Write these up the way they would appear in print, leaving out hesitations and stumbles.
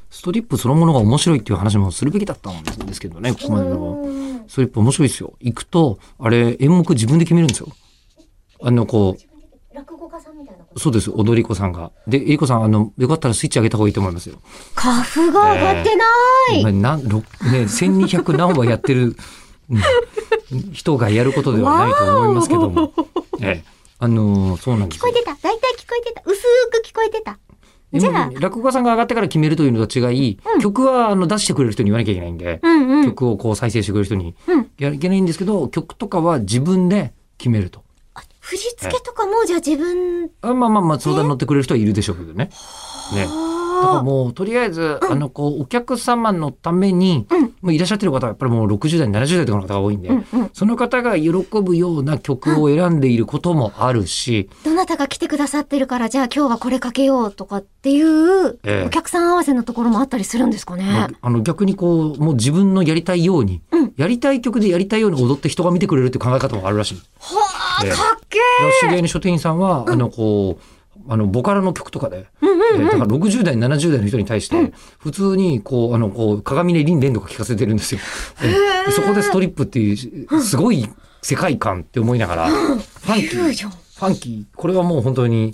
ストリップそのものが面白いっていう話もするべきだったんですけどね、ここまでの。ストリップ面白いですよ。行くと、あれ、演目自分で決めるんですよ。こう。 落語家さんみたいな。 そうです、踊り子さんが。で、えりこさん、よかったらスイッチ上げた方がいいと思いますよ。 カフが上がってない。 1200何話やってる、人がやることではないと思いますけども。そうなんですよ。 聞こえてた。大体聞こえてた。薄く聞こえてた。じゃあ落語家さんが上がってから決めるというのと違い、曲は出してくれる人に言わなきゃいけないんで、曲をこう再生してくれる人にやらなきゃいけないんですけど、曲とかは自分で決めると。 振り付けとかもじゃあ自分まあ相談乗ってくれる人はいるでしょうけどね。だからもうとりあえずお客様のために、いらっしゃってる方はやっぱりもう60代70代とかの方が多いんで、その方が喜ぶような曲を選んでいることもあるし、 どなたが来てくださってるからじゃあ今日はこれかけようとかっていうお客さん合わせのところもあったりするんですかね。 逆にこうもう自分のやりたいように、やりたい曲でやりたいように踊って人が見てくれるっていう考え方もあるらしい。 はあ、かっけ知り合いの書店員さんはボカロの曲とかで、だから60代70代の人に対して普通に鏡音凛々とか聞かせてるんですよ。そこでストリップっていうすごい世界観って思いながら、ファンキー、これはもう本当に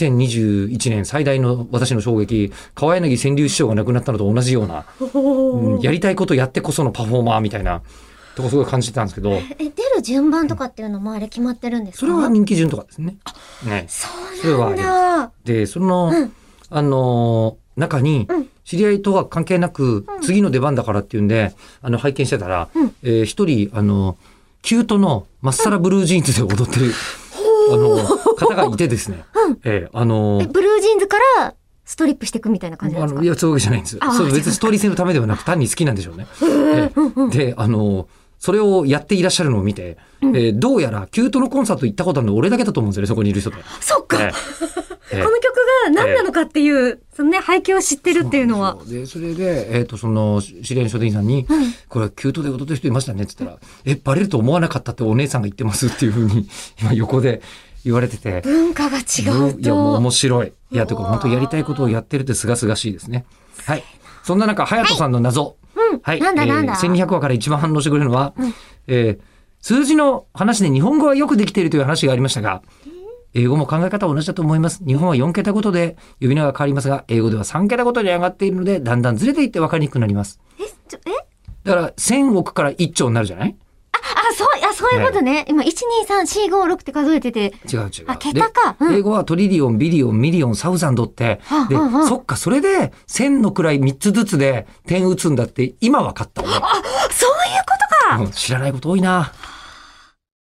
2021年最大の私の衝撃、川柳川柳師匠が亡くなったのと同じような、やりたいことやってこそのパフォーマーみたいなとこすごい感じてたんですけど、 出る順番とかっていうのもあれ決まってるんですか？ それは人気順とかですね。 そうなんだ。 で、その、中に、知り合いとは関係なく、次の出番だからっていうんで、拝見してたら、一人、キュートのマッサラブルージーンズで踊ってる、方がいてですね。 ブルージーンズからストリップしていくみたいな感じなんですか？ いや、そういうわけじゃないんですよ。それ別にストーリー性のためではなく、単に好きなんでしょうね。で、それをやっていらっしゃるのを見て、どうやらキュートのコンサート行ったことあるの俺だけだと思うんですよね、そこにいる人で。 そっか、この曲が何なのかっていう、そのね、背景を知ってるっていうのは。 で、それで、その、知り合いの書店員さんに、これはキュートで踊ってる人いましたねって言ったら、バレると思わなかったってお姉さんが言ってますっていうふうに、今横で言われてて。 文化が違うと。 いや、もう面白い。いや、とか本当やりたいことをやってるってすがすがしいですね。はい。そんな中、隼人さんの謎。はい。 なんだ 1200話から一番反応してくれるのは、数字の話で日本語はよくできているという話がありましたが、英語も考え方は同じだと思います。日本は4桁ごとで呼び名が変わりますが、英語では3桁ごとに上がっているので、だんだんずれていって分かりにくくなります。だから、1000億から1兆になるじゃない？ そういうことね。今、1、2、3、4、5、6って数えてて。 違う。 桁か。 英語はトリリオン、ビリオン、ミリオン、サウザンドって。で、そっか、それで、1000の位3つずつで点打つんだって、今分かった。 そういうことか。 知らないこと多いな。